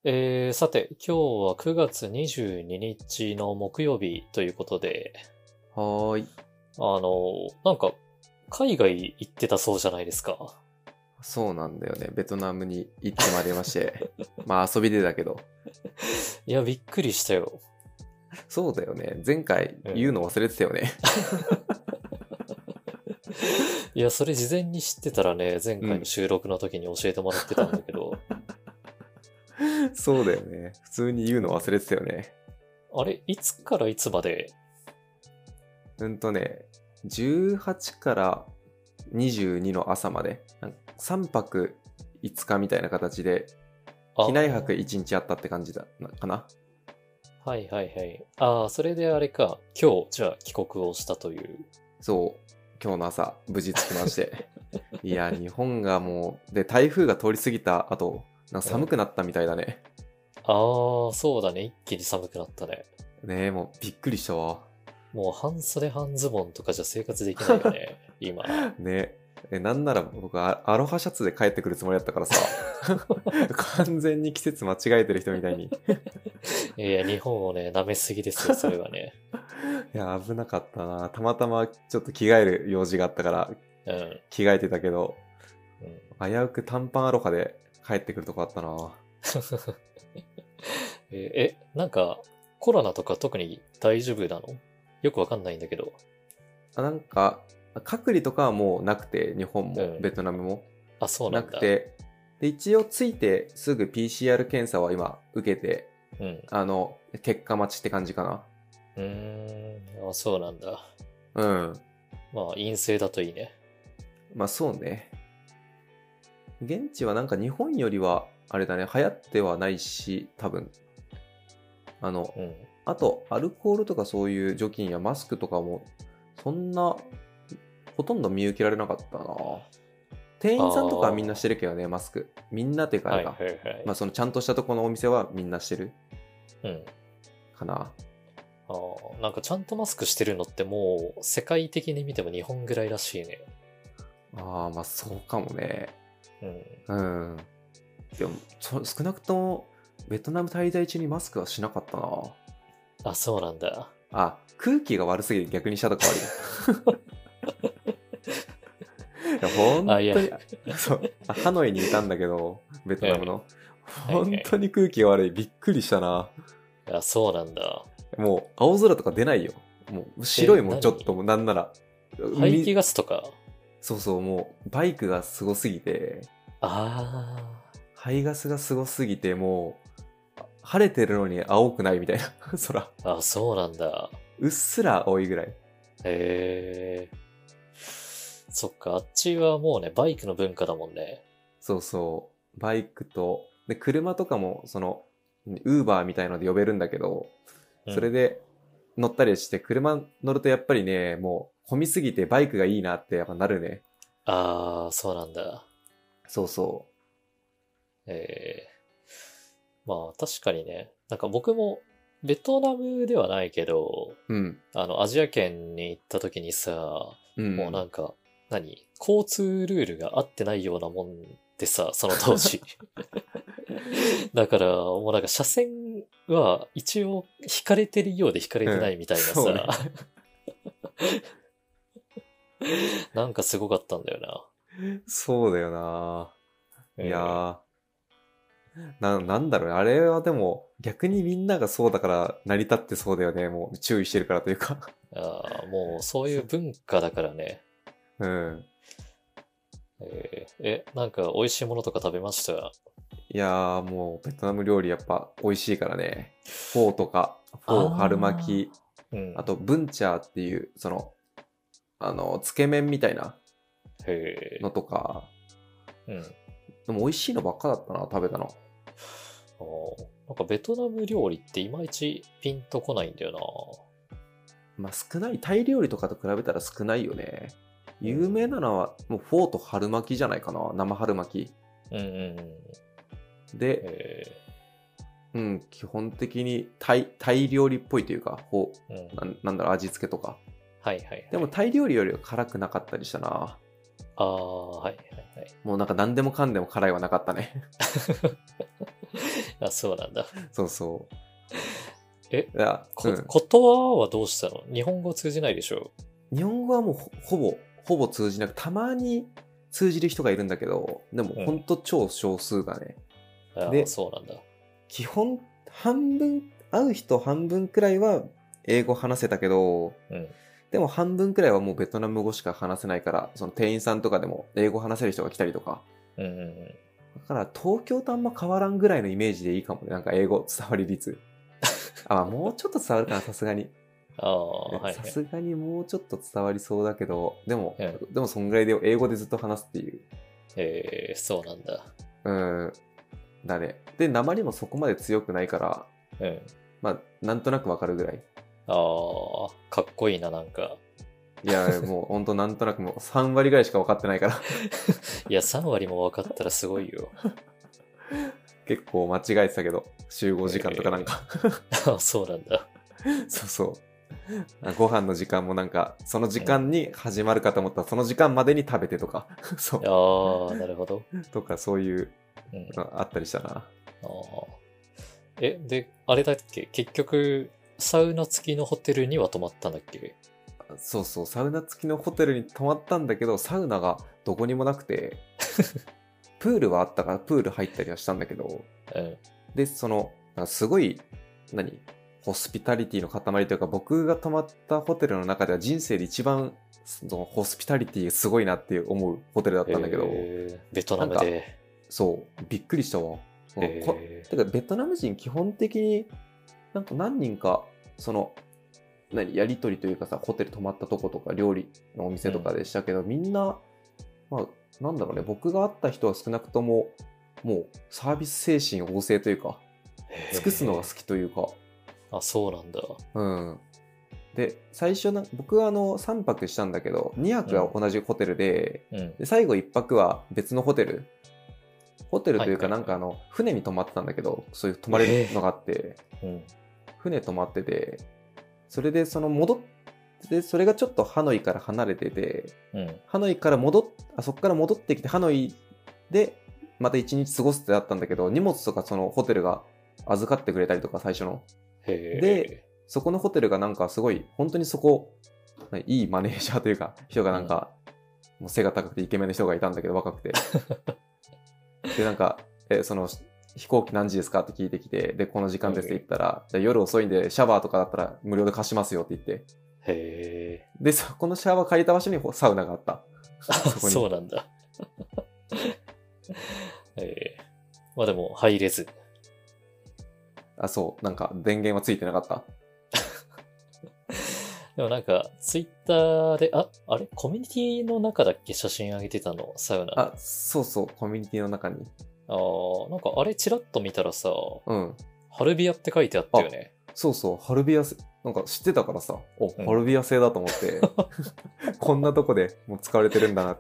さて、今日は9月22日の木曜日ということで、 はーい。 なんか、海外行ってたそうじゃないですか。 そうなんだよね。ベトナムに行ってまいりまして。まあ遊びでだけど。 いや、びっくりしたよ。 そうだよね。前回言うの忘れてたよね。 いや、それ事前に知ってたらね、前回の収録の時に教えてもらってたんだけど、 そうだよね。普通に言うの忘れてたよね。 あれ、いつからいつまで？ 18から22の朝まで、3泊5日みたいな形で、機内泊1日あったって感じだかな。 はいはいはい。ああ、それであれか、今日、じゃあ帰国をしたという。 そう。今日の朝、無事着きまして。いや、日本がもう、で、台風が通り過ぎた後、寒くなったみたいだね。 ああ、そうだね。一気に寒くなったね。 ねえ、もうびっくりしたわ。 もう半袖半ズボンとかじゃ生活できないよね、今。 ねなんなら僕はアロハシャツで帰ってくるつもりだったからさ。完全に季節間違えてる人みたいに。 いや、日本をね、舐めすぎですよ、それはね。 いや、危なかったな。たまたまちょっと着替える用事があったからうん。 着替えてたけど、 うん、 危うく短パンアロハで帰ってくるとこあったな。 なんか、コロナとか特に大丈夫なの？よくわかんないんだけど。 隔離とかはもうなくて、日本もベトナムもあ、そうななんだ。 くて、で、一応ついてすぐ PCR 検査は今受けて、 うん。 結果待ちって感じかな。 あ、そうなんだ。 うん。 まあ、陰性だといいね。 まあそうね。現地は日本よりは、あれだね、流行ってはないし、多分。 うん。 あと、アルコールとかそういう除菌やマスクとかも、そんな、ほとんど見受けられなかったな。店員さんとかはみんなしてるけどね、マスク。みんなっていうかあれか。 はいはいはい。 まあそのちゃんとしたところのお店はみんなしてるうん。 かな。 なんかちゃんとマスクしてるのってもう、世界的に見ても日本ぐらいらしいね。 ああ、まあそうかもね。 うん。 うん。でも、少なくとも、ベトナム滞在中にマスクはしなかったな。 あ、そうなんだ。 あ、空気が悪すぎて逆にしたとこあるよ。いや、本あ、いや、 当に、そう、ハノイにいたんだけど、ベトナムの。 いはい本当に空気が悪い。びっくりしたな。 あ、そうなんだ。 もう、青空とか出ないよ。もう、白いもん、ちょっと、もうなんなら。 排気ガスとか？ そうそう、もう、バイクがすごすぎて、 あ排ガスがすごすぎて、もう、晴れてるのに青くないみたいな、空。 あ、そうなんだ。 うっすら青いぐらい。 へえ。そっか、あっちはもうね、バイクの文化だもんね。 そうそう。バイクと、で、車とかも、ウーバーみたいので呼べるんだけど、それで乗ったりして、車乗るとやっぱりね、もう混みすぎてバイクがいいなってやっぱなるね。 ああ、そうなんだ。 そうそええ。まあ、確かにね。なんか僕も、ベトナムではないけど、 う。うん。 アジア圏に行った時にさ、 うん。 もうなんか、交通ルールが合ってないようなもんでさ、その当時。だから、もうなんか車線は一応引かれてるようで引かれてないみたいなさ、 そうね。 なんかすごかったんだよな。 そうだよな。いやえー。なんだろうね。あれはでも、逆にみんながそうだから成り立ってそうだよね。もう注意してるからというか。 もうそういう文化だからね。 うん。 なんか美味しいものとか食べました？ いやーもうベトナム料理やっぱ美味しいからね。フォーとか、フォー、春巻き、 うん。 あとブンチャーっていう、つけ麺みたいなのとか、 うん。 でも美味しいのばっかだったな、食べたの。 なんかベトナム料理っていまいちピンとこないんだよまあ少ない、タイ料理とかと比べたら少ないよね。有名なのはもうフォーと春巻きじゃないかな、生春巻き。 うんうんうん。 で、基本的にタイ料理っぽいというか、なんだろう、味付けとか。 はいはいはい。 でもタイ料理よりは辛くなかったりしたな。 ああ、はいはいはい。 もうなんか何でもかんでも辛いはなかったね。 あ、そうなんだ。 そうそえ、 う。いや、うん。 言葉はどうしたの？日本語通じないでしょ？ 日本語はもうほぼ通じなく、たまに通じる人がいるんだけど、でもほんと超少数だね。 ああ、 で、 そうなんだ。 基本半分、会う人半分くらいは英語話せたけど、 うん。 でも半分くらいはもうベトナム語しか話せないから、その店員さんとかでも英語話せる人が来たりとか。 うんうんうん。 だから東京とあんま変わらんぐらいのイメージでいいかもね。なんか英語伝わり率。あ、もうちょっと伝わるかな、さすがに。 ああ、はいはい。 さすがにもうちょっと伝わりそうだけど、でも、 うん。 でもそんぐらいで英語でずっと話すっていう。 そうなんだ。 うん、だね。で、訛りもそこまで強くないから、 うん。 まあ、なんとなくわかるぐらい。 ああ、かっこいいな、なんか。 いや、もうほんとなんとなくもう3割ぐらいしか分かってないから。 いや、3割も分かったらすごいよ。 結構間違えてたけど、集合時間とかなんか。 あ、そうなんだ。 そうそう。ご飯の時間もなんか、その時間に始まるかと思ったら、その時間までに食べてとか、そああ、なるほど。 う。とかそういううん。 のあったりしたな。 ああ。で、あれだっけ？結局、サウナ付きのホテルには泊まったんだっけ？ そうそう、サウナ付きのホテルに泊まったんだけど、サウナがどこにもなくて、プールはあったからプール入ったりはしたんだけど、 うん。 で、すごい、ホスピタリティの塊というか、僕が泊まったホテルの中では人生で一番、そのホスピタリティすごいなって思うホテルだったんだけど、 ベトナなんか、 ムで。 そう、びっくりしたわ。てか、ベトナム人基本的になんか何人か、やりとりというかさ、ホテル泊まったとことか料理のお店とかでしたけど、みんな、まあ、なんだろうね、僕が会った人は少なくとも、もうサービス精神旺盛というか、尽くすのが好きというか、 あ、そうなんだ。 うん。で、最初僕は3泊したんだけど、2泊は同じホテルで、 うん。 で最後1泊は別のホテル。ホテルというかはいはいはい。 船に泊まってたんだけど、そういう泊まれるのがあって、 うん。 船泊まってて、それで戻って、それがちょっとハノイから離れてて、 うん。 ハノイからそこから戻ってきてハノイでまた1日過ごすってなったんだけど、荷物とかそのホテルが預かってくれたりとか最初の。で、そこのホテルがなんかすごい、本当にいいマネージャーというか、人がなんか、もう背が高くてイケメンの人がいたんだけど、若くて。で、なんか、飛行機何時ですかって聞いてきて、で、この時間ですって言ったら、じゃあ夜遅いんでシャワーとかだったら無料で貸しますよって言って。で、そこのシャワー借りた場所にサウナがあった。そこに。 そうなんだ。まあでも入れず。 あ、そう。なんか電源はついてなかった。 でもなんか、ツイッターで、あれコミュニティの中だっけ？写真上げてたの、サウナの。 あ、そうそう。コミュニティの中に。 なんかあれチラッと見たらさ、 うん。 ハルビアって書いてあったよね。 そうそう。ハルビア製、なんか知ってたからさ、ハルビア製だと思って、こんなとこでもう使われてるんだなって。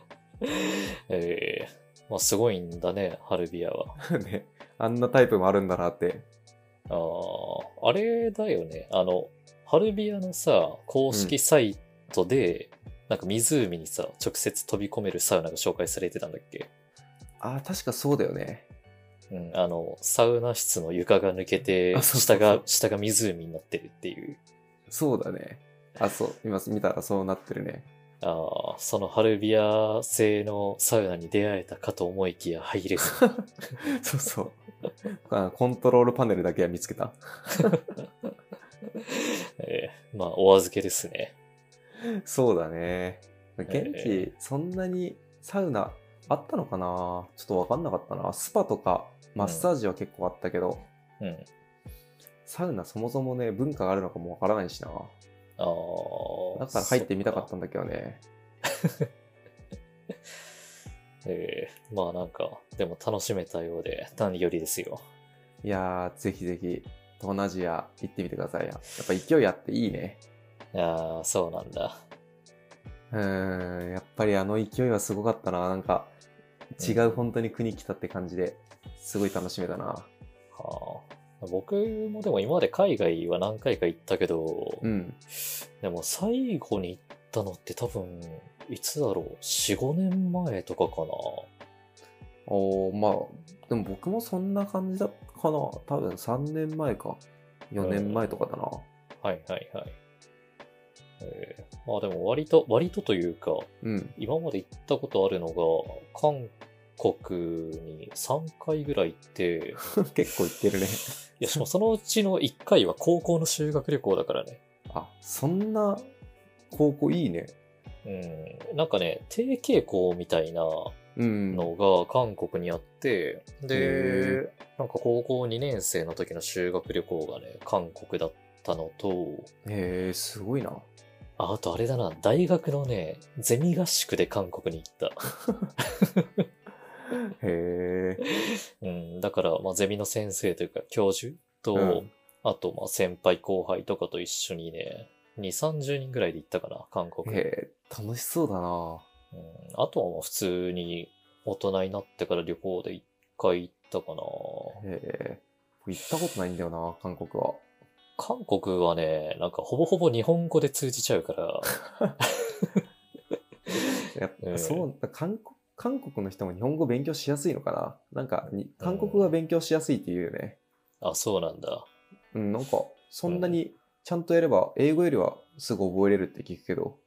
まあすごいんだね、ハルビアは。 ね。あんなタイプもあるんだなって。 あれだよね。ハルビアのさ、公式サイトで、なんか湖にさ、直接飛び込めるサウナが紹介されてたんだっけ？ 確かそうだよね。 うん、サウナ室の床が抜けて、 そうそうそう下が湖になってるっていう。 そうだね。そう。今見たらそうなってるね。 そのハルビア製のサウナに出会えたかと思いきや入れず。 そうそう。コントロールパネルだけは見つけた。 まあ、お預けですね。 そうだね。現地、そんなにサウナあったのかな？ちょっとわかんなかったな。スパとかマッサージは結構あったけど、 うん。 サウナそもそもね、文化があるのかもわからないしな。だから入ってみたかったんだけどね。 まあなんか、でも楽しめたようで何よりですよ。 いやー、ぜひぜひ、東南アジア行ってみてくださいよ。やっぱ勢いあっていいね。 いやー、そうなんだ。 やっぱりあの勢いはすごかったな。なんか、違う本当に国来たって感じで、すごい楽しめたな。 僕もでも今まで海外は何回か行ったけど、 うん。 でも最後に行ったのって多分いつだろう、4、5年前とかかな。 まあ、でも僕もそんな感じだったかな。多分3年前か。4年前とかだな。 はいはいはい。まあでも割とというか、 うん。 今まで行ったことあるのが、韓国に3回ぐらい行って、 結構行ってるね。 いや、しかもそのうちの1回は高校の修学旅行だからね。 あ、そんな高校いいね。 なんかね、提携校みたいなうん。 のが韓国にあって、 へで、なんか高校2年生の時の修学旅行がね、韓国だったのと、 へえ、すごいな。 あとあれだな、大学のね、ゼミ合宿で韓国に行った。 へえ。 だから、まあ、ゼミの先生というか教授と、 うんあと、まあ、先輩後輩とかと一緒にね、2、30人ぐらいで行ったかな、韓国。 へえ、楽しそうだな。 あとはまあ普通に大人になってから旅行で1回行ったかな。 へえ。行ったことないんだよな、韓国は。 韓国はね、なんかほぼほぼ日本語で通じちゃうから、 やっぱそう、韓国の人も日本語勉強しやすいのかな。なんか韓国語が勉強しやすいっていうよね。 あ、そうなんだ。 なんか、そんなにちゃんとやれば、英語よりはすぐ覚えれるって聞くけど。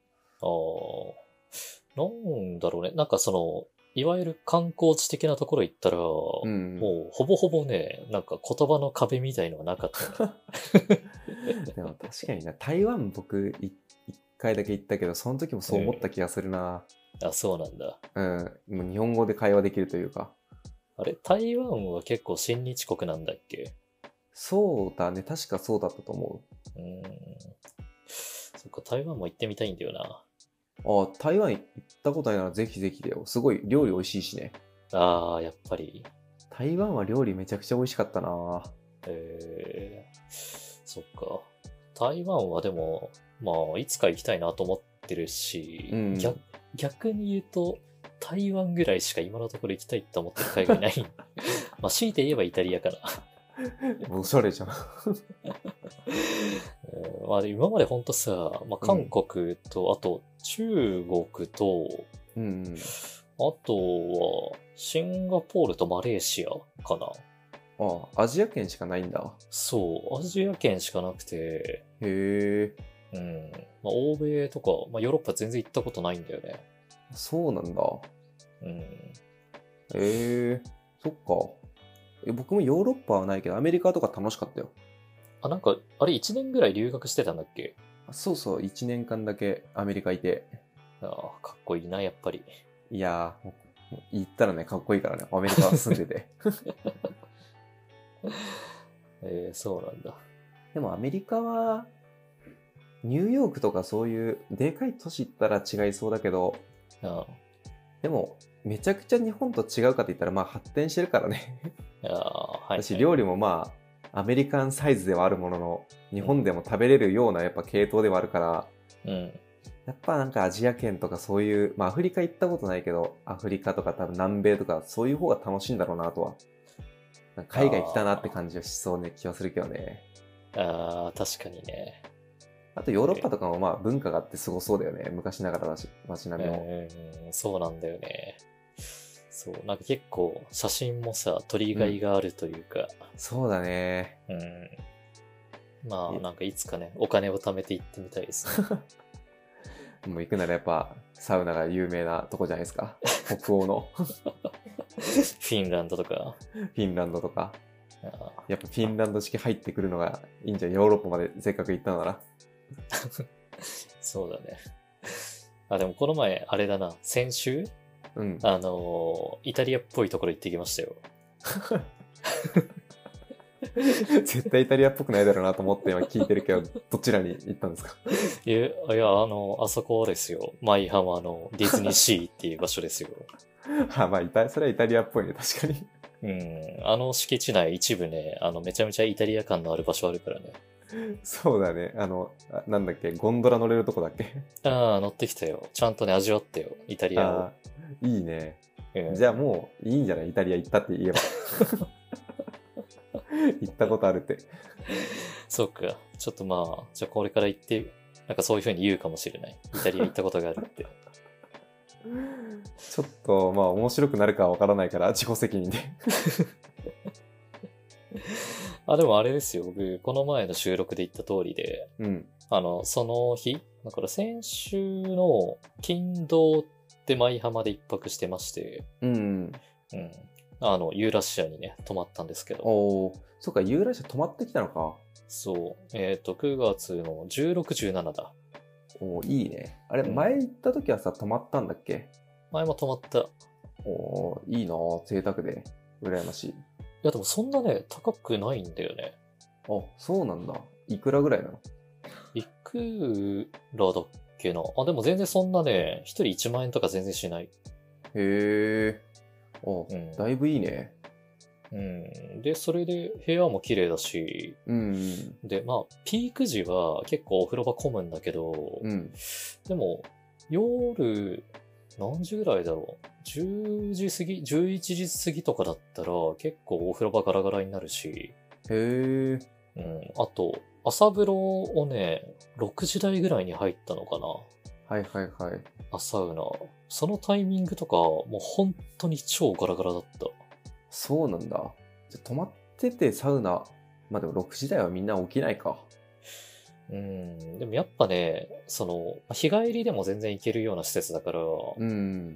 なんだろうね。なんかその、いわゆる観光地的なところ行ったら、もうほぼほぼね、なんか言葉の壁みたいのはなかったね。 でも確かにな、台湾僕一回だけ行ったけど、その時もそう思った気がするな。 あ、そうなんだ。 もう日本語で会話できるというか。 あれ、台湾は結構親日国なんだっけ？ そうだね、確かそうだったと思そっか、台湾も行ってみたいんだよな。 う。台湾行ったことないならぜひぜひだよ。すごい料理美味しいしね。 ああ、やっぱり。 台湾は料理めちゃくちゃ美味しかったな。 そっか。台湾はでも、まあ、いつか行きたいなと思ってるし、逆に言うと、台湾ぐらいしか今のところ行きたいって思ってる海外ない。まあ、強いて言えばイタリアかな。 おしゃれじゃん。 まあ、今までほんとさ、まあ、韓国と、あと中国と、あとはシンガポールとマレーシアかな。 アジア圏しかないんだ。 そう、アジア圏しかなくて、 へえ。 まあ、欧米とか、まあ、ヨーロッパ全然行ったことないんだよね。 そうなんだ。 へえ、そっか。僕もヨーロッパはないけど、アメリカとか楽しかったよ。 なんか、あれ1年ぐらい留学してたんだっけ？ そうそう、1年間だけアメリカいて。 かっこいいな、やっぱり。 いやー、もう言ったらね、かっこいいからね、アメリカ住んでて。 そうなんだ。 でもアメリカは、ニューヨークとかそういうでかい都市行ったら違いそうだけど、でも、めちゃくちゃ日本と違うかって言ったら、まあ発展してるからね。私、料理もまあ、アメリカンサイズではあるものの、日本でも食べれるようなやっぱ系統ではあるから、やっぱなんかアジア圏とかそういう、まあアフリカ行ったことないけど、アフリカとか多分南米とかそういう方が楽しいんだろうなとは。海外来たなって感じはしそうね気はするけどね。 確かにね。 あとヨーロッパとかもまあ文化があってすごそうだよね。昔ながらだし、街並みも。 そうなんだよね。そう、なんか結構写真もさ、撮りがいがあるというか。 そうだね。 まあなんかいつかね、お金を貯めて行ってみたいですね。 もう行くならやっぱサウナが有名なとこじゃないですか。北欧の。 フィンランドとか。 フィンランドとか。やっぱフィンランド式入ってくるのがいいんじゃん。ヨーロッパまでせっかく行ったなら。 そうだね。でもこの前、あれだな、先週イタリアっぽいところ行ってきましたよ。 絶対イタリアっぽくないだろうなと思って今聞いてるけど、どちらに行ったんですか？ いや、あそこですよ。舞浜のディズニーシーっていう場所ですよ。 まあ、それはイタリアっぽいね、確かに。 敷地内一部ね、めちゃめちゃイタリア感のある場所あるからね。 そうだね。なんだっけ、ゴンドラ乗れるとこだっけ？ 乗ってきたよ。ちゃんとね、味わったよ。イタリアを。 いいね。じゃあもういいんじゃない？イタリア行ったって言えば。行ったことあるって。 そうか。ちょっとまあ、じゃあこれから行って、なんかそういう風に言うかもしれない。イタリア行ったことがあるって。 ちょっと、まあ面白くなるかはわからないから、自己責任で。 あ、でもあれですよ。僕、この前の収録で言った通りで、 うん。 その日、だから先週の金土で舞浜で一泊してまして、 うん。 うん。ユーラシアにね、泊まったんですけど、 おー、そっか、ユーラシア止まってきたのか。 そう。9月の16、17だ。 おー、いいね。あれ、 うん前行った時はさ、止まったんだっけ？ 前も泊まった。いおー、いいなぁ、贅沢で。羨ましい。 や、でもそんなね、高くないんだよね。 あ、そうなんだ。いくらぐらいなの？ いくらだっけな。あ、でも全然そんなね、一人1万円とか全然しない。 へー。お、 うんだいぶいいね。 うん。で、それで部屋も綺麗だし、 うん。 で、まあ、ピーク時は結構お風呂場混むんだけど、 うん。 でも、夜、何時ぐらいだろう。10時過ぎ、11時過ぎとかだったら結構お風呂場ガラガラになるし、 へー。 うん。あと、朝風呂をね、6時台ぐらいに入ったのかな。 はいはいはい。 サウナ。そのタイミングとか、もう本当に超ガラガラだった。 そうなんだ。じゃ、泊まっててサウナ、まあでも6時台はみんな起きないか。 でもやっぱね、日帰りでも全然行けるような施設だから、 うん。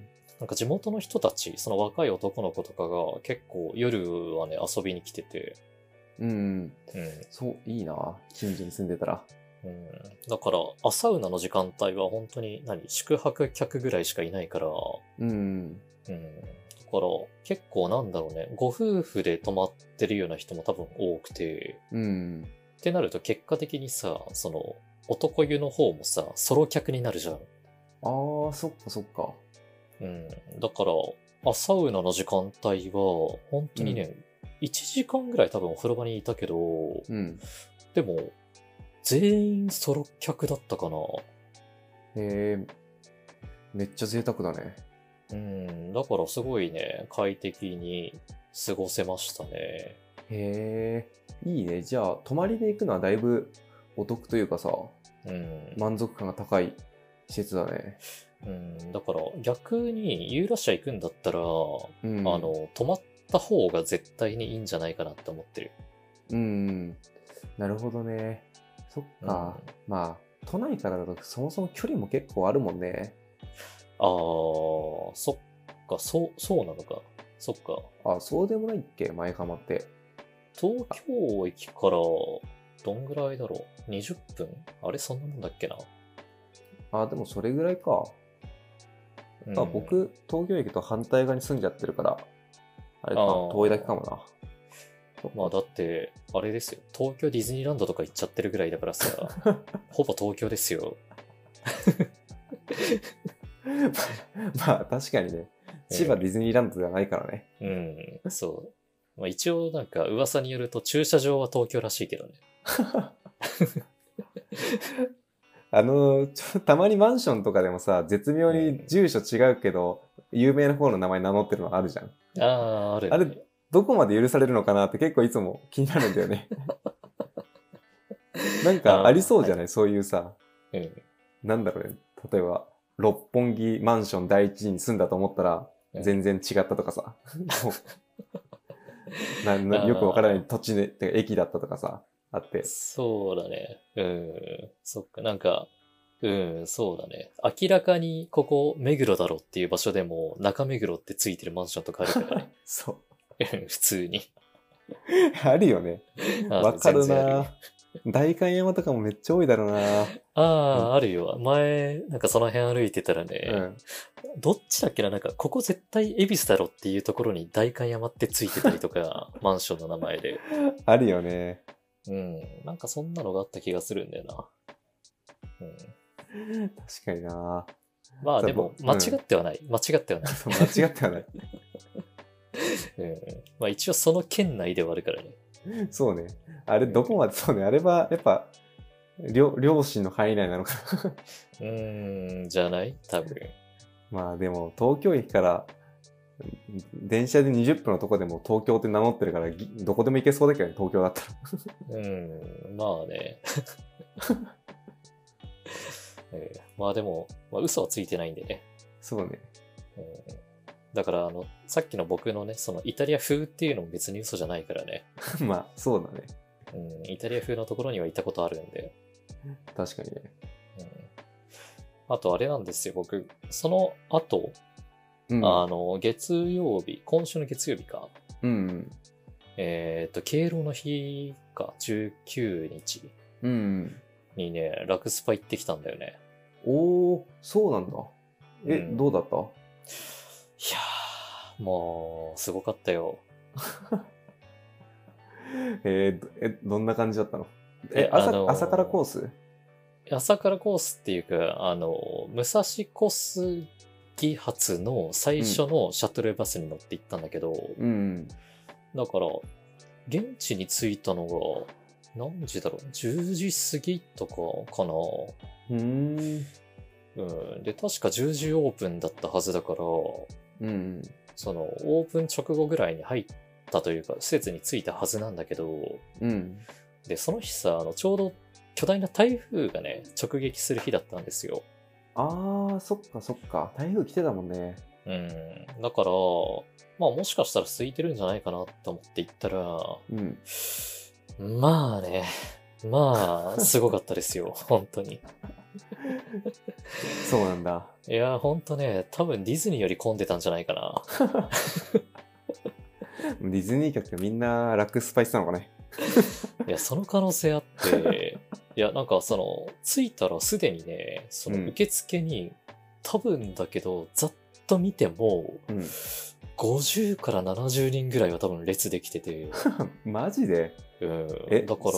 なんか地元の人たち、その若い男の子とかが結構夜はね、遊びに来てて、 うん。 うん。 そう、いいな。近所に住んでたら。 だから、サウナの時間帯は本当に宿泊客ぐらいしかいないから、 うん。 だから、結構なんだろうね、ご夫婦で泊まってるような人も多分多くて、 うん。 ってなると結果的にさ、男湯の方もさ、ソロ客になるじゃん。 ああ、そっかそっか。 だから、サウナの時間帯は、本当にね、1時間ぐらい多分お風呂場にいたけど、 うん。 でも、全員ソロ客だったかな。 へえ、めっちゃ贅沢だね。 だからすごいね、快適に過ごせましたね。 へえ、いいね。じゃあ、泊まりで行くのはだいぶお得というかさ、満足感が高い施設だね。 だから逆にユーラシア行くんだったら、 うん。 泊まった方が絶対にいいんじゃないかなって思ってる。 なるほどね。そっか。まあ、都内からだとそもそも距離も結構あるもんね。 そっか、そうなのか。そっか。 あ、そうでもないっけ前浜って。 東京駅からどんぐらいだろう ?20 分あれそんなもんだっけな。 あ、でもそれぐらいか。僕、東京駅と反対側に住んじゃってるから、あれか、遠いだけかもな。 まあだって、あれですよ。東京ディズニーランドとか行っちゃってるぐらいだからさ、ほぼ東京ですよ。 まあ確かにね。千葉ディズニーランドではないからね。 そう。まあ一応なんか噂によると駐車場は東京らしいけどね。 たまにマンションとかでもさ、絶妙に住所違うけど、有名な方の名前名乗ってるのあるじゃん。 あるね。 あれ、どこまで許されるのかなって結構いつも気になるんだよね。なんかありそうじゃない、そういうさ、なんだろうね。例えば、六本木マンション第一に住んだと思ったら、全然違ったとかさ。よくわからない土地で、てか駅だったとかさ、あって。 そうだね。そっか、なんか、そうだね。明らかにここ目黒だろっていう場所でも中目黒ってついてるマンションとかあるからね。 そう。 普通に。 あるよね。わかるな。代官山とかもめっちゃ多いだろうな。 あるよ。前、なんかその辺歩いてたらね、どっちだっけな、なんかここ絶対恵比寿だろっていうところに代官山ってついてたりとか、マンションの名前で。 あるよね。 なんかそんなのがあった気がするんだよな。 確かにな。 まあでも、間違ってはない。間違ってはない。 間違ってはない。 まあ一応その県内ではあるからね。 そうね。あれどこまで、そうね。あれはやっぱ、両親の範囲内なのかな。 じゃない多分。 まあでも、東京駅から、電車で20分のとこでも東京って名乗ってるから、どこでも行けそうだけどね、東京だったら。 まあね。まあでも、嘘はついてないんでね。 そうね。 うん、だからさっきの僕のね、そのイタリア風っていうのも別に嘘じゃないからね。 まあ、そうだね。 うん、イタリア風のところには行ったことあるんで。 確かにね。 うん、あとあれなんですよ、僕、その後、 うん。 月曜日、今週の月曜日か。 うん。 敬老の日か、19日うん。 にね、ラクスパ行ってきたんだよね。 おー、そうなんだ。 うんどうだった？ いやー、もう、すごかったよ。 どんな感じだったの？朝からコース？ 朝からコースっていうか、武蔵小杉発の最初のシャトルバスに乗って行ったんだけど、 うん。 だから、現地に着いたのが、何時だろう ?10 時過ぎとかかな。 うん。 で、確か10時オープンだったはずだから、 うん。 その、オープン直後ぐらいに入ったというか、施設に着いたはずなんだけど、 うん。 で、その日さ、ちょうど巨大な台風がね、直撃する日だったんですよ。 あー、そっかそっか。台風来てたもんね。 だから、まあもしかしたら空いてるんじゃないかなと思って行ったら、 うん。 まあね、まあ、すごかったですよ、本当に。 そうなんだ。 いや、本当ね、多分ディズニーより混んでたんじゃないかな。 ディズニー客がみんなラックスパイスなのかね。 いや、その可能性あって、いや、なんか着いたらすでにね、その受付に、多分だけど、ざっと見ても、50から70人ぐらいは多分列できてて。 マジで？ だから、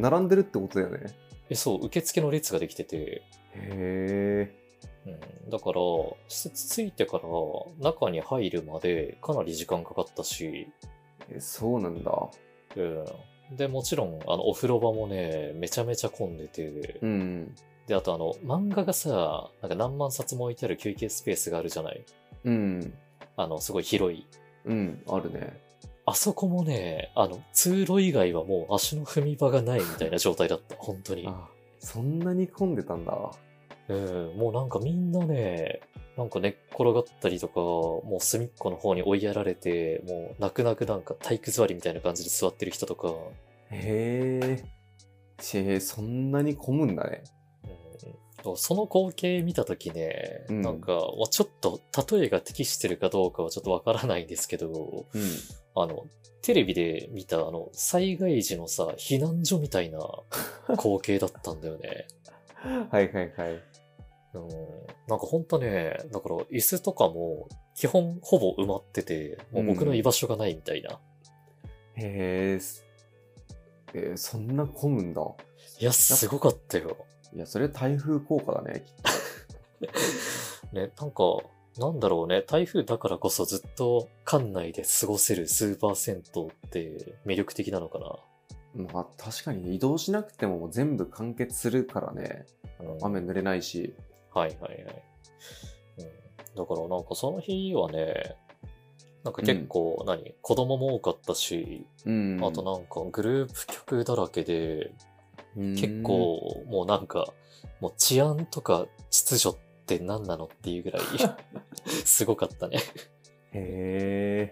並んでるってことだよね。 そう、受付の列ができてて。 へだから、施設着いてから中に入るまでかなり時間かかったし。 そうなんだ。 で、もちろん、お風呂場もね、めちゃめちゃ混んでて。で、あと漫画がさ、なんか何万冊も置いてある休憩スペースがあるじゃない？すごい広い。 あるね。 あそこもね、通路以外はもう足の踏み場がないみたいな状態だった。本当に。 そんなに混んでたんだ。 もうなんかみんなね、なんか寝っ転がったりとか、もう隅っこの方に追いやられて、もう泣く泣くなんか体育座りみたいな感じで座ってる人とか。 そんなに混むんだね。 その光景見たときね、なんか、ちょっと例えが適してるかどうかはちょっとわからないんですけど、テレビで見た災害時のさ、避難所みたいな光景だったんだよね。 はいはいはい。 なんかほんとね、だから椅子とかも基本ほぼ埋まってて、もう僕の居場所がないみたいな。 そんな混むんだ。 いや、すごかったよ。 いや、それ台風効果だね、きっと。ね、なんか、なんだろうね、台風だからこそずっと館内で過ごせるスーパー銭湯って魅力的なのかな。 まあ確かに移動しなくても全部完結するからね。雨濡れないし。 はいはいはい。だからなんかその日はね、なんか結構子供も多かったし、あとなんかグループ曲だらけで、結構もうなんか、もう治安とか秩序って何なのっていうぐらいすごかったね。 へ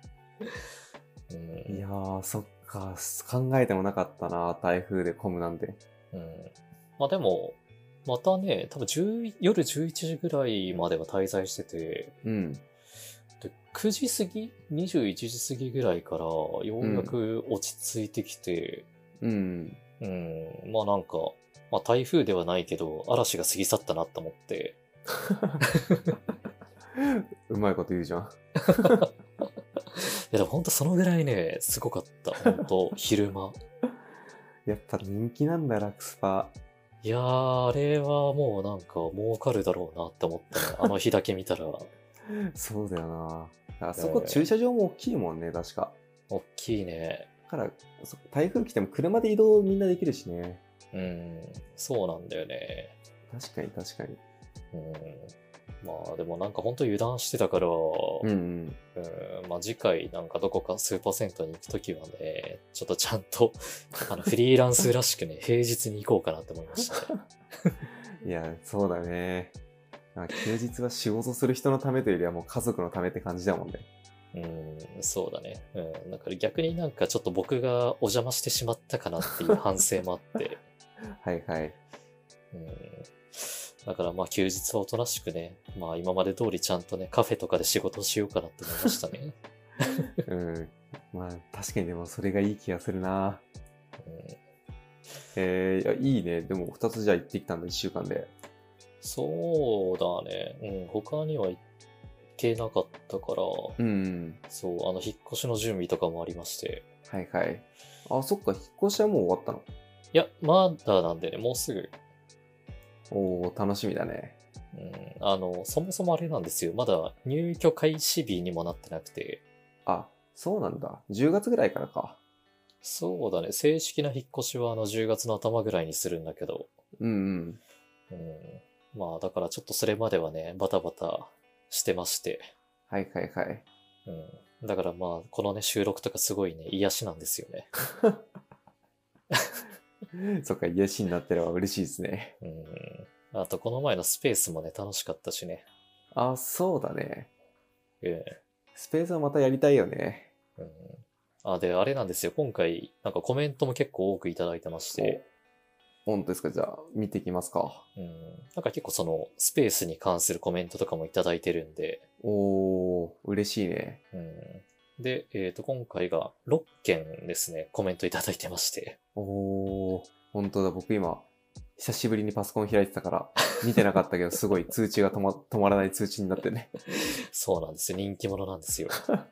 え。いやー、そっか、考えてもなかったな、台風で混むなんて。 まあでも、またね、多分夜11時ぐらいまでは滞在してて、で9時過ぎ ?21 時過ぎぐらいからようやく落ち着いてきて、まあなんか、まあ台風ではないけど、嵐が過ぎ去ったなと思って。 うまいこと言うじゃん。 いやでもほんとそのぐらいね、すごかった。ほんと、昼間。 やっぱ人気なんだ、ラクスパ。 いやー、あれはもうなんか儲かるだろうなって思ったね。あの日だけ見たら。 そうだよな。あそこ駐車場も大きいもんね、確か。 大きいね。 だから、台風来ても車で移動みんなできるしね。 そうなんだよね。 確かに確かに。 まあでもなんかほんと油断してたから、まあ次回なんかどこかスーパー銭湯に行くときはね、ちょっとちゃんとフリーランスらしくね、平日に行こうかなって思いましたね。 いや、そうだね。 休日は仕事する人のためというよりはもう家族のためって感じだもんね。 そうだね。だから逆になんかちょっと僕がお邪魔してしまったかなっていう反省もあって。 はいはい。 だからまあ休日はおとなしくね、まあ今まで通りちゃんとね、カフェとかで仕事をしようかなって思いましたね。 まあ確かにでもそれがいい気がするな。いいね。でも2つじゃあ行ってきたんだ、1週間で。 そうだね。他には行ってなかったから、そう、引っ越しの準備とかもありまして。 はいはい。あ、そっか、引っ越しはもう終わったの？ いや、まだなんでね、もうすぐ。 おー、楽しみだね。 そもそもあれなんですよ。まだ入居開始日にもなってなくて。 あ、そうなんだ。10月ぐらいからか。 そうだね。正式な引っ越しは10月の頭ぐらいにするんだけど。まあだからちょっとそれまではね、バタバタしてまして。 はいはいはい。 だからまあ、このね、収録とかすごいね、癒しなんですよね。 そっか、癒しになってれば嬉しいですね。 あと、この前のスペースもね、楽しかったしね。 あ、そうだね。スペースはまたやりたいよね。 で、あれなんですよ。今回、なんかコメントも結構多くいただいてまして。 本当ですか？じゃあ、見ていきますか。 なんか結構その、スペースに関するコメントとかもいただいてるんで。 おー、嬉しいね。 で、今回が6件ですね、コメントいただいてまして。 おー、本当だ。僕今、久しぶりにパソコン開いてたから、見てなかったけど、すごい通知が止まらない通知になってね。 そうなんですよ。人気者なんですよ。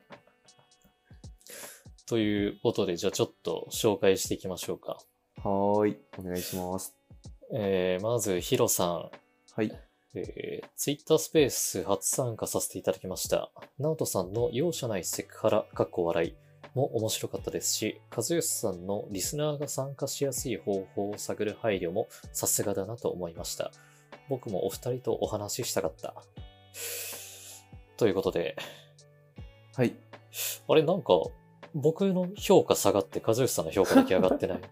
ということで、じゃあちょっと紹介していきましょうか。 はーい、お願いします。 まず、ヒロさん。 はい。 ツイッタースペース初参加させていただきました。ナオトさんの容赦ないセクハラ、かっこ笑いも面白かったですし、和義さんのリスナーが参加しやすい方法を探る配慮もさすがだなと思いました。僕もお二人とお話ししたかった。ということで。 はい。 あれ、なんか、僕の評価下がって和義さんの評価だけ上がってない。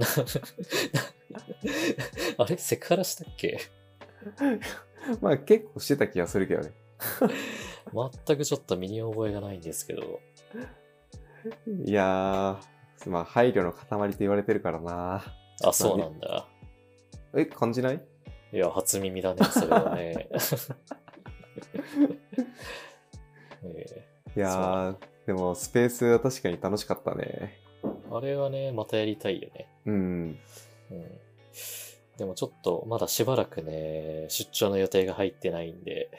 あれセクハラしたっけ？ まあ結構してた気がするけどね。 全くちょっと身に覚えがないんですけど。 いやー、まあ配慮の塊と言われてるからな。 あ、そうなんだ。 感じない？ いや、初耳だね、それはね。 いやー、でもスペースは確かに楽しかったね。 あれはね、またやりたいよね。でもちょっとまだしばらくね、出張の予定が入ってないんで、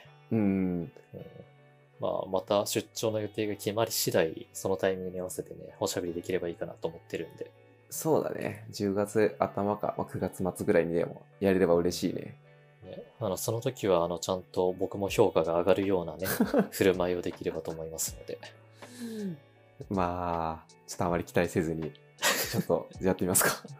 まあまた出張の予定が決まり次第、そのタイミングに合わせてね、おしゃべりできればいいかなと思ってるんで。 そうだね。10月頭か、9月末ぐらいにでもやれれば嬉しいね。 その時はちゃんと僕も評価が上がるようなね、振る舞いをできればと思いますので。 まあ、ちょっとあまり期待せずに、ちょっとやってみますか。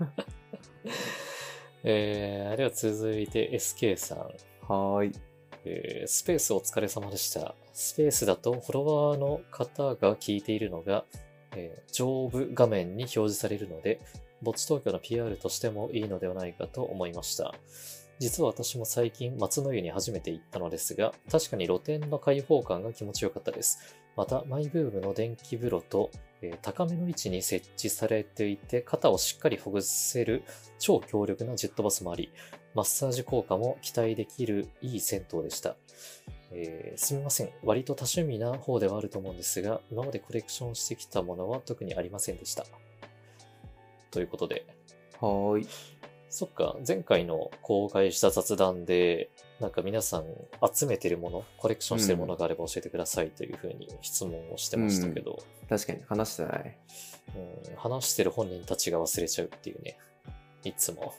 では続いて SK さん。 はーい。 スペースお疲れ様でした。スペースだとフォロワーの方が聞いているのが、上部画面に表示されるので、墓地東京の PR としてもいいのではないかと思いました。実は私も最近松の湯に初めて行ったのですが、確かに露天の開放感が気持ちよかったです。また、マイブームの電気風呂と、高めの位置に設置されていて、肩をしっかりほぐせる超強力なジェットバスもあり、マッサージ効果も期待できるいい銭湯でした。すみません。割と多趣味な方ではあると思うんですが、今までコレクションしてきたものは特にありませんでした。ということで。 はーい。 そっか、前回の公開した雑談で、なんか皆さん集めてるもの、コレクションしてるものがあれば教えてくださいというふうに質問をしてましたけど。 確かに話してない。 話してる本人たちが忘れちゃうっていうね。いつも。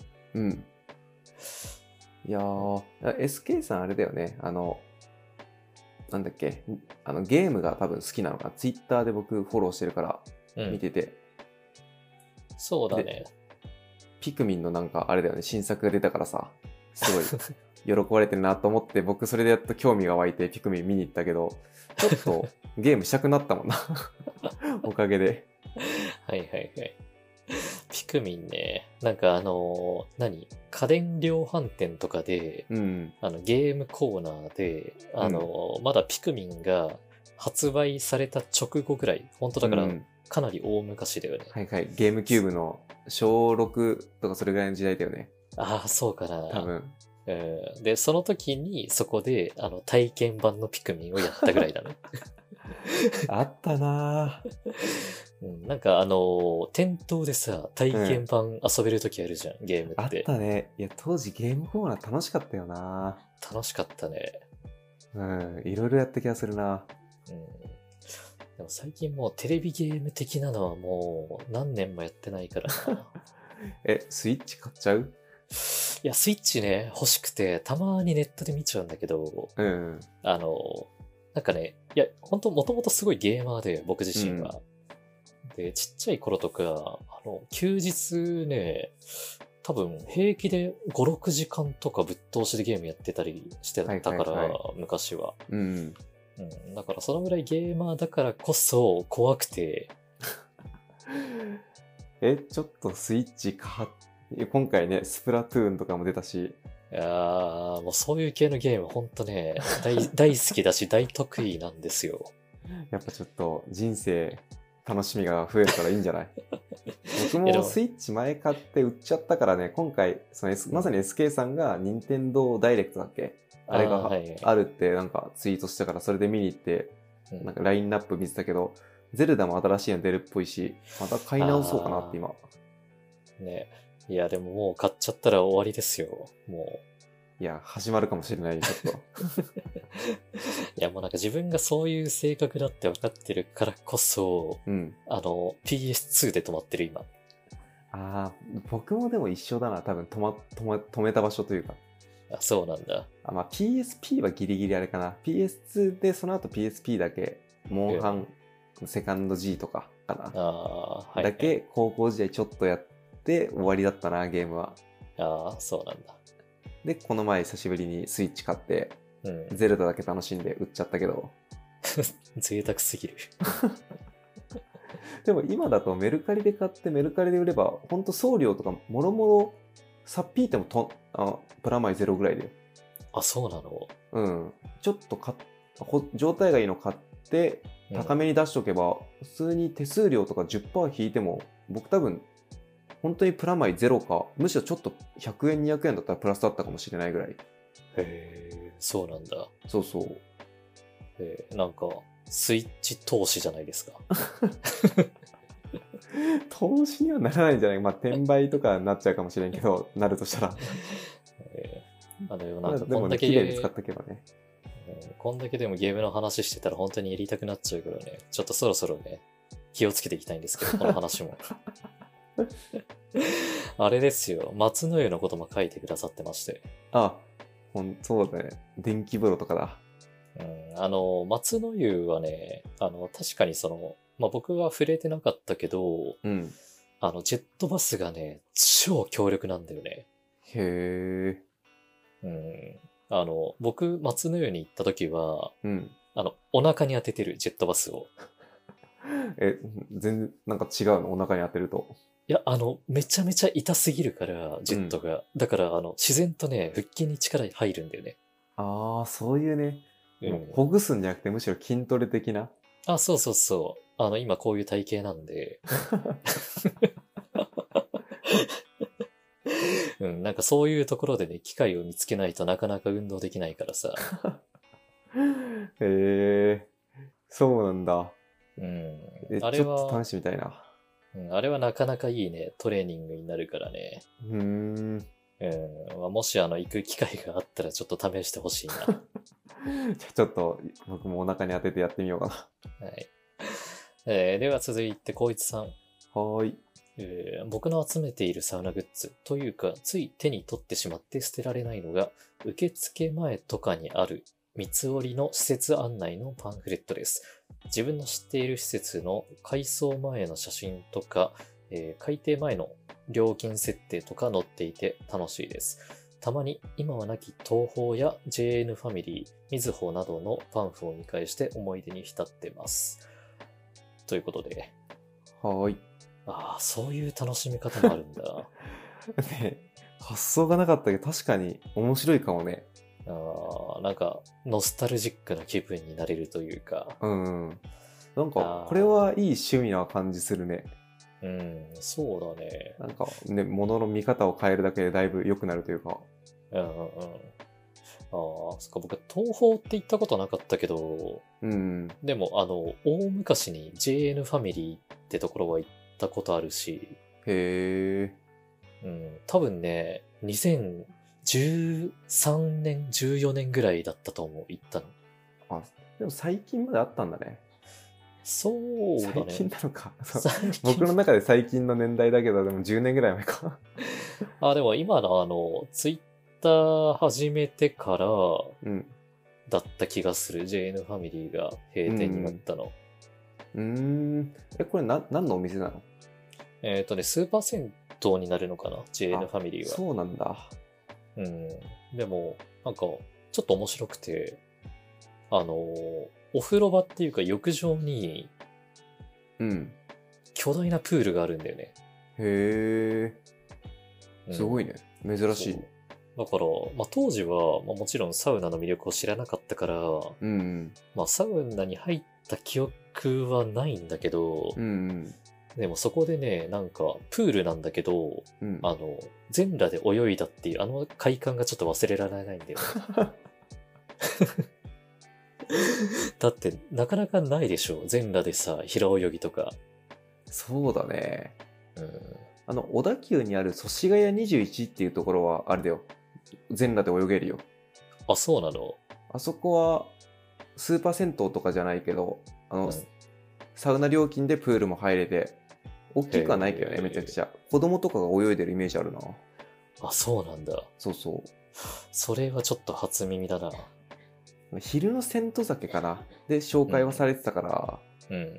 いやー、SK さんあれだよね。なんだっけ。ゲームが多分好きなのか。Twitter で僕フォローしてるから見てて。 そうだね。 ピクミンのなんかあれだよね。新作が出たからさ。すごい喜ばれてるなと思って、僕それでやっと興味が湧いてピクミン見に行ったけど、ちょっとゲームしたくなったもんな。おかげで。 はいはいはい。ピクミンね。 なんか家電量販店とかで、 うん。 ゲームコーナーで、まだピクミンが発売された直後ぐらい、本当だからうん。 かなり大昔だよね。 はいはい。ゲームキューブの小6とかそれぐらいの時代だよね。 ああ、そうかな。 多分。 で、その時にそこで、体験版のピクミンをやったぐらいだね。 あったなぁ。 うん、なんか店頭でさ、体験版遊べる時あるじゃん、ゲームあっ。 ってたね。いや、当時ゲームコーナー楽しかったよな楽しかったね。 うん。いろいろやった気がするなうん。でも最近もうテレビゲーム的なのはもう何年もやってないからな。 スイッチ買っちゃう？ いや、スイッチね、欲しくて、たまにネットで見ちゃうんだけど、 うん。 なんかね、いや、ほんともともとすごいゲーマーで、僕自身は。で、ちっちゃい頃とか、休日ね、多分平気で5、6時間とかぶっ通しでゲームやってたりしてたから、 はいはいは昔は。 うん。 うん。だからそのぐらいゲーマーだからこそ怖くて、 ちょっとスイッチ今回ね、スプラトゥーンとかも出たし、 いやー、もうそういう系のゲームほんとね、大好きだし大得意なんですよ。 やっぱちょっと人生楽しみが増えるからいいんじゃない？僕いやでももスイッチ前買って売っちゃったからね、今回、まさに SK さんが任天堂ダイレクトだっけ？あれがはいはいあるってなんかツイートしたからそれで見に行って、 うんなんかラインナップ見てたけど、ゼルダも新しいの出るっぽいし、また買い直そうかなって今。 ね。いや、でももう買っちゃったら終わりですよ。もいや、始まるかもしれない、ちょっと。 う。いや、もうなんか自分がそういう性格だって分かってるからこそ、 うん。 PS2 で止まってる今。 ああ、僕もでも一緒だな、多分止めた場所というか。 あ、そうなんだ。 まあ PSP はギリギリあれかな。PS2 でその後 PSP だけ、モンハン、セカンド G とかかな。 ああ、はい、 だけ高校時代ちょっとやって終わりだったな、ゲームは。 ああ、そうなんだ。 で、この前久しぶりにスイッチ買って、 うん。 ゼルダだけ楽しんで売っちゃったけど。 贅沢すぎる。 でも今だとメルカリで買ってメルカリで売れば、ほんと送料とかもろもろさっぴいてもプラマイゼロぐらいで。 あ、そうなの？ うん。ちょっと状態がいいの買って高めに出しとけば、普通に手数料とか 10% 引いても、僕多分本当にプラマイゼロか、むしろちょっと100円200円だったらプラスだったかもしれないぐらい。 へえ、そうなんだ。 そうそう。 なんか、スイッチ投資じゃないですか。 投資にはならないんじゃない？まあ転売とかになっちゃうかもしれんけど、なるとしたら。 でもまあでもね、 なんかこんだけ、 綺麗に使ったけばね。 こんだけでもゲームの話してたら本当にやりたくなっちゃうからね、ちょっとそろそろね、気をつけていきたいんですけど、この話も。あれですよ、松の湯のことも書いてくださってまして。 そうだね。電気風呂とかだ。 松の湯はね、確かにまあ、僕は触れてなかったけど、 うん。 ジェットバスがね、超強力なんだよね。 へうん。僕、松の湯に行った時は、 うん。 お腹に当ててる、ジェットバスを。 全然なんか違うの？お腹に当てると。 いや、めちゃめちゃ痛すぎるから、ジェットが。だから、自然とね、腹筋に力入るんだよね。 ああ、そういうね。 うん。 ほぐすんじゃなくてむしろ筋トレ的な。 あ、そうそうそう。今こういう体型なんで。うん、なんかそういうところでね、機会を見つけないとなかなか運動できないからさ。 へえ、そうなんだ。 うん。 ちあれは、 ょっと試してみたいな。 あれはなかなかいいね、トレーニングになるからね。 うーん。 まあもし行く機会があったらちょっと試してほしいな。 じゃあちょっと僕もお腹に当ててやってみようかはい。では続いて、こいつさん。 な。はーい。 僕の集めているサウナグッズというか、つい手に取ってしまって捨てられないのが、受付前とかにある三つ折りの施設案内のパンフレットです。自分の知っている施設の改装前の写真とか、改定前の料金設定とか載っていて楽しいです。たまに今はなき東宝や JN ファミリー、みずほなどのパンフを見返して思い出に浸ってます。ということで。 はーい。 ああ、そういう楽しみ方もあるんだ。 ね、発想がなかったけど確かに面白いかもね。 なんか、ノスタルジックな気分になれるというか。 うんうん。なんか、これはいい趣味な感じするね。 うん、そうだね。 なんかね、物の見方を変えるだけでだいぶ良くなるというか。 うんうんうん。そっか、僕、東宝って言ったことなかったけど、 うん。 でも、大昔に JN ファミリーってところは行ったことあるし、 へえ。 多分ね、2013年、14年ぐらいだったと思う、行ったの。 あ、でも最近まであったんだね。 そうだね。 最近なのか。 最近僕の中で最近の年代だけど、でも10年ぐらい前か。 でも今のツイッター始めてからうん。 だった気がする。JN ファミリーが閉店になったの。 これ何のお店なの？ スーパー銭湯になるのかな ?JN ファミリーは。 そうなんだ。 でも、なんか、ちょっと面白くて、お風呂場っていうか浴場に、巨大なプールがあるんだよね。 へえ。すごいね。珍しい。 だから、当時は、もちろんサウナの魅力を知らなかったから、サウナに入った記憶はないんだけど、でもそこでね、なんか、プールなんだけど、全裸で泳いだっていう、快感がちょっと忘れられないんだよね。だって、なかなかないでしょ。全裸でさ、平泳ぎとか。 そうだね。小田急にある祖師ヶ谷21っていうところは、あれだよ。全裸で泳げるよ。 あ、そうなの？ あそこは、スーパー銭湯とかじゃないけど、サウナ料金でプールも入れて、大きくはないけどね、めちゃくちゃ。子供とかが泳いでるイメージあるな。 あ、そうなんだ。 そうそう。 それはちょっと初耳だな。 昼の銭湯酒かなで紹介はされてたから、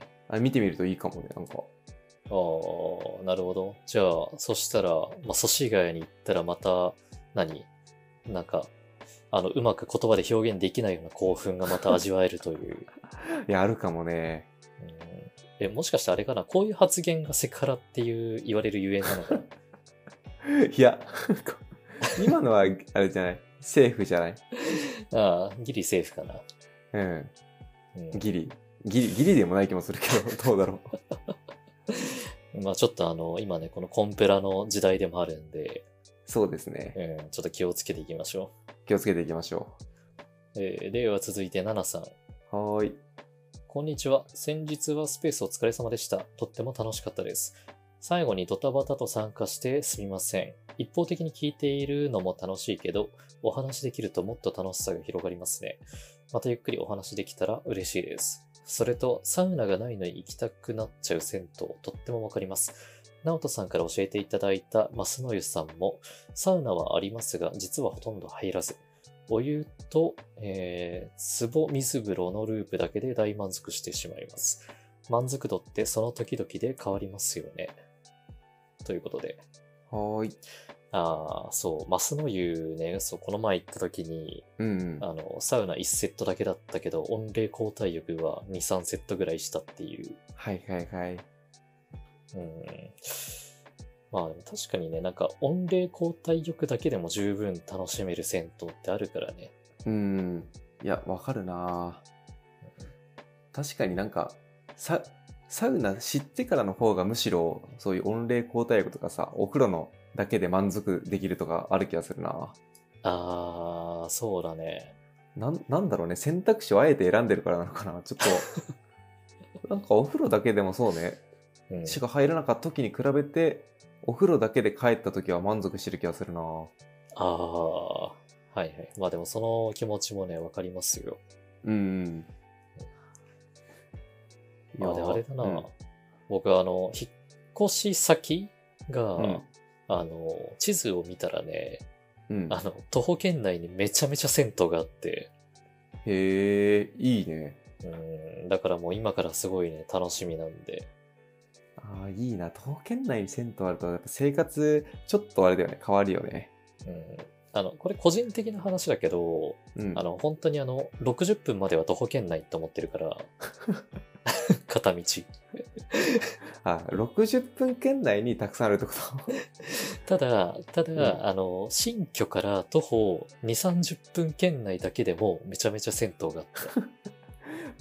あ、見てみるといいかもね、なんか。 なるほど。じゃあ、そしたら、祖師ヶ谷に行ったらまた、なんか、うまく言葉で表現できないような興奮がまた味わえるという。 いや、あるかもね。 もしかしてあれかな、こういう発言がセクハラっていう言われるゆえんなのかな。 いや、今のは、あれじゃない。セーフじゃない。 ギリセーフかな。 ギリでもない気もするけど、どうだろう。ちょっと今ね、このコンプラの時代でもあるんで。 そうですね。 ちょっと気をつけていきましょう。気をつけていきましょう。では続いて、ナナさん。 はーい。 こんにちは。先日はスペースお疲れ様でした。とっても楽しかったです。最後にドタバタと参加してすみません。一方的に聞いているのも楽しいけど、お話できるともっと楽しさが広がりますね。またゆっくりお話できたら嬉しいです。それと、サウナがないのに行きたくなっちゃう銭湯、とってもわかります。直人さんから教えていただいた増野湯さんも、サウナはありますが、実はほとんど入らず、お湯と、壺水風呂のループだけで大満足してしまいます。満足度ってその時々で変わりますよね。ということで。 はーい。 そう、増野湯ね、そう、この前行った時に、サウナ1セットだけだったけど、温冷交代浴は2、3セットぐらいしたっていう。 はいはいはい。 確かにね、なんか温冷交代浴だけでも十分楽しめる銭湯ってあるからね。 いや、わかるな。確かになんか、サウナ知ってからの方がむしろ、そういう温冷交代浴とかさ、お風呂のだけで満足できるとかある気がするな。 そうだね。 なんだろうね、選択肢をあえて選んでるからなのかな。ちょっと、なんかお風呂だけでもそうね、しか入らなかった時に比べて、お風呂だけで帰った時は満足してる気がするな。 はいはい。でもその気持ちもね、わかりますよ。で、あれだな。僕引っ越し先が、地図を見たらね、徒歩圏内にめちゃめちゃ銭湯があって。 へえ、いいね。 だからもう今からすごいね、楽しみなんで。 いいな。徒歩圏内に銭湯あると、やっぱ生活、ちょっとあれだよね、変わるよね。 これ個人的な話だけど、本当に60分までは徒歩圏内って思ってるから、片道。 あ、60分圏内にたくさんあるってこただ、 うん新居から徒歩2、30分圏内だけでもめちゃめちゃ銭湯があった。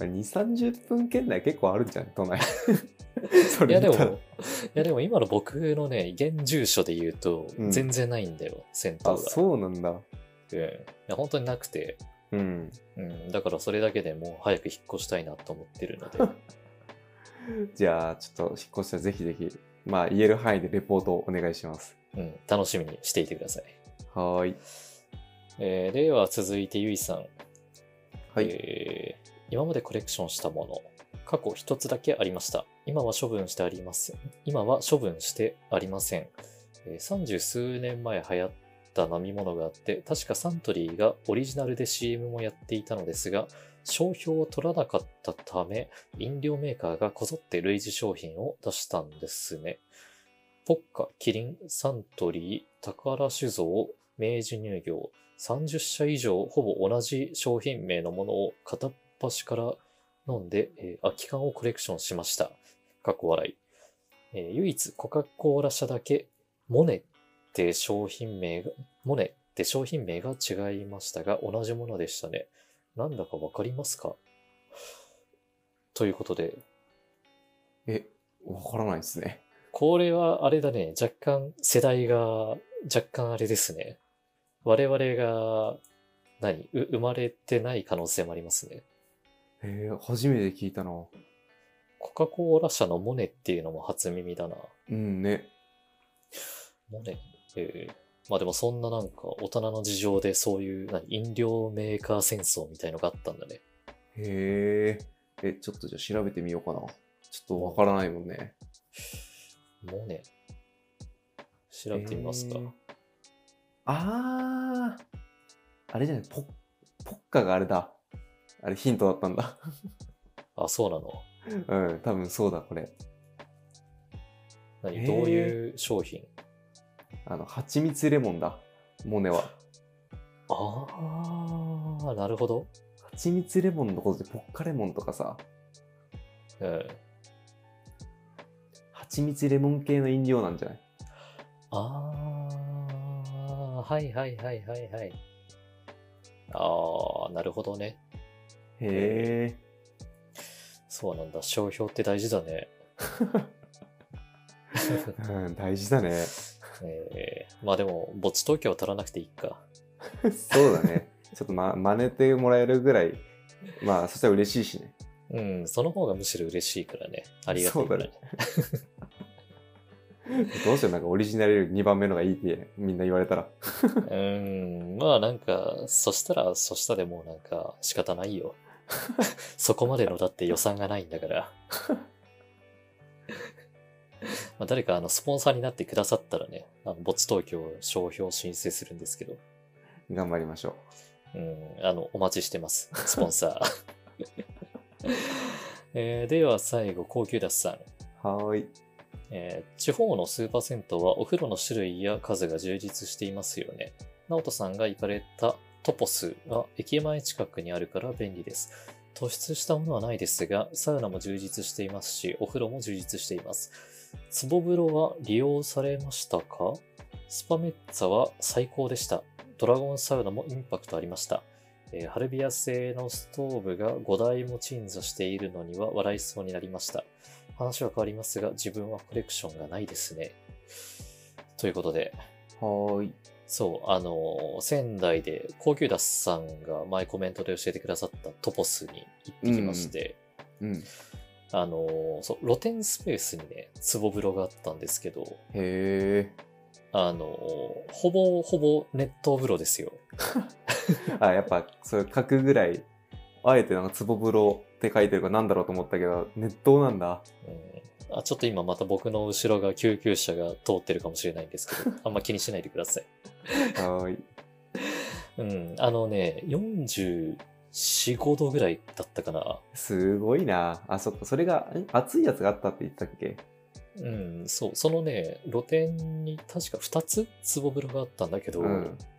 と2、30分圏内結構あるんじゃん、都内。そいやでも、 れ言ったら。 いやでも今の僕のね、現住所で言うとうん全然ないんだよ、銭湯あ、 が。 そうなんだ。 うん。いや本当になくて、 うん。 だからそれだけでもう早く引っ越したいなと思ってるので。 じゃあ、ちょっと引っ越したらぜひぜひ、まあ言える範囲でレポートをお願いします。 楽しみにしていてください。 はーい。 では続いてゆいさん。 はい。 今までコレクションしたもの、過去一つだけありました。今は処分してありません。今は処分してありません。30数年前流行った飲み物があって、確かサントリーがオリジナルで CM もやっていたのですが、商標を取らなかったため、飲料メーカーがこぞって類似商品を出したんですね。ポッカ、キリン、サントリー、宝酒造、明治乳業、30社以上ほぼ同じ商品名のものを片っ端から飲んで、空き缶をコレクションしました。かっこ笑い。唯一コカ・コーラ社だけモネって商品名が違いましたが、同じものでしたね。なんだかわかりますか？ということで、 わからないですね。 これはあれだね、若干世代が若干あれですね。我々が生まれてない可能性もありますね。 初めて聞いたな。 コカ・コーラ社のモネっていうのも初耳だな。 うんね。 モネ。まあでもそんななんか大人の事情でそういう飲料メーカー戦争みたいのがあったんだね。 へえ。ちょっとじゃあ調べてみようかな。ちょっとわからないもんね。 モネ。調べてみますか。 あれじゃない、ポッカがあれだ。あれヒントだったんだ。 あ、そうなの。 うん、多分そうだ、これ。 どういう商品？ 蜂蜜レモンだ。モネは。 ああ、なるほど。 蜂蜜レモンのことでポッカレモンとかさ。蜂蜜レモン系の飲料なんじゃない？ ああ、はいはいはいはいはい。ああ、なるほどね。 へえ。 そうなんだ。商標って大事だね。 うん、大事だね。 まあでも、墓地東京は取らなくていいか。 そうだね。ちょっと真似てもらえるぐらい、まあ、そしたら嬉しいしね。 その方がむしろ嬉しいからね。ありがたいからね。 どうしよう、なんかオリジナルより2番目のがいいってみんな言われたら。 まあなんか、そしたでもうなんか仕方ないよ。そこまでのだって予算がないんだから。まあ誰かスポンサーになってくださったらね、墓地東京商標申請するんですけど。 頑張りましょお待ちしてます。スポンサー。では最後、高級ダスさん。 う。はーい。 地方のスーパー銭湯はお風呂の種類や数が充実していますよね。直人さんが行かれたトポスは駅前近くにあるから便利です。突出したものはないですが、サウナも充実していますし、お風呂も充実しています。壺風呂は利用されましたか？スパメッツァは最高でした。ドラゴンサウナもインパクトありました。ハルビア製のストーブが5台も鎮座しているのには笑いそうになりました。話は変わりますが、自分はコレクションがないですね。ということで。 はーい。 そう、仙台で高級ダスさんが前コメントで教えてくださったトポスに行ってきまして、そう、露天スペースにね、壺風呂があったんですけど、 へほぼ熱湯風呂ですよ。 やっぱ、それ書くぐらい、あえてなんか壺風呂って書いてるからなんだろうと思ったけど、熱湯なんだ。 ちょっと今また僕の後ろが救急車が通ってるかもしれないんですけど、あんま気にしないでください。 はーい。 44、5度ぐらいだったかな。 すごいな。そっか、それが、熱いやつがあったって言ったっけ？ そう。そのね、露天に確か2つ壺風呂があったんだけど、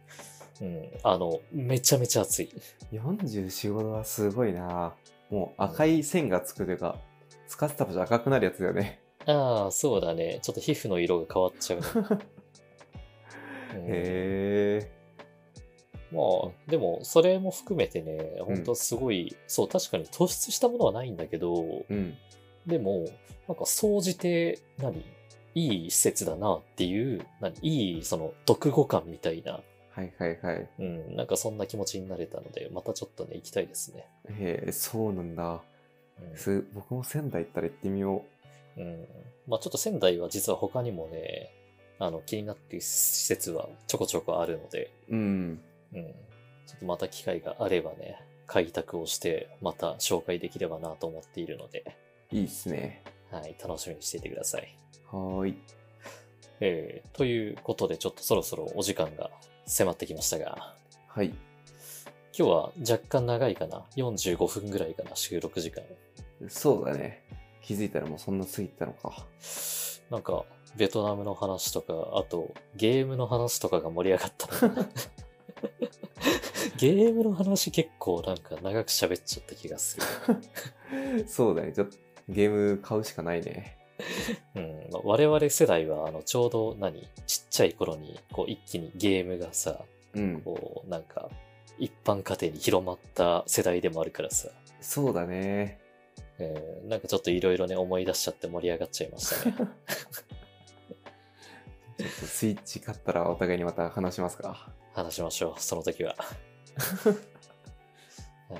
めちゃめちゃ暑い。 44、5度はすごいな。もう赤い線がつくというか、 使ってた場所赤くなるやつだよね。 ああ、そうだね。ちょっと皮膚の色が変わっちゃうね。 へえ。 まあ、でも、それも含めてね、本当すごい、そう、確かに突出したものはないんだけど、 うん。 でも、なんか、総じて、いい施設だなっていう、いい、その、読後感みたいな、 はいはいはい。 なんかそんな気持ちになれたので、またちょっとね、行きたいですね。 へえ、そうなんだ。 う僕も仙台行ったら行ってみよまあちょっと仙台は実は他にもね、気になっている施設はちょこちょこあるので、 う。うん。 ちょっとまた機会があればね、開拓をして、また紹介できればなと思っているので、 いいっすね。 はい、楽しみにしていてください。 はーい。 ということで、ちょっとそろそろお時間が迫ってきましたが、 はい。 今日は若干長いかな。45分ぐらいかな、収録時間。 そうだね。気づいたらもうそんな過ぎてたのか。 なんか、ベトナムの話とか、あと、ゲームの話とかが盛り上がったな。ゲームの話結構なんか長く喋っちゃった気がする。 そうだね。ちょっとゲーム買うしかないね。 まあ我々世代は、ちょうどちっちゃい頃に、こう一気にゲームがさ、 うん。 こう、なんか、一般家庭に広まった世代でもあるからさ、 そうだね。 なんかちょっといろいろね、思い出しちゃって盛り上がっちゃいましたね。 ちょっとスイッチ買ったらお互いにまた話しますか。 話しましょう、その時は。はい。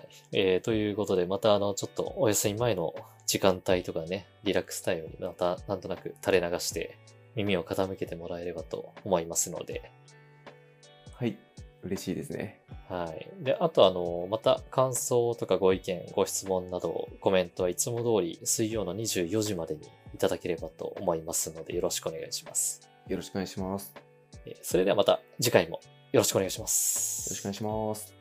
ということで、またちょっとお休み前の時間帯とかね、リラックスタイムにまたなんとなく垂れ流して耳を傾けてもらえればと思いますので、 はい。嬉しいですね。 はい。で、あとまた感想とかご意見、ご質問など、コメントはいつも通り水曜の24時までにいただければと思いますので、よろしくお願いします。 よろしくお願いします。 それではまた次回もよろしくお願いしまよろしす。 くお願いします。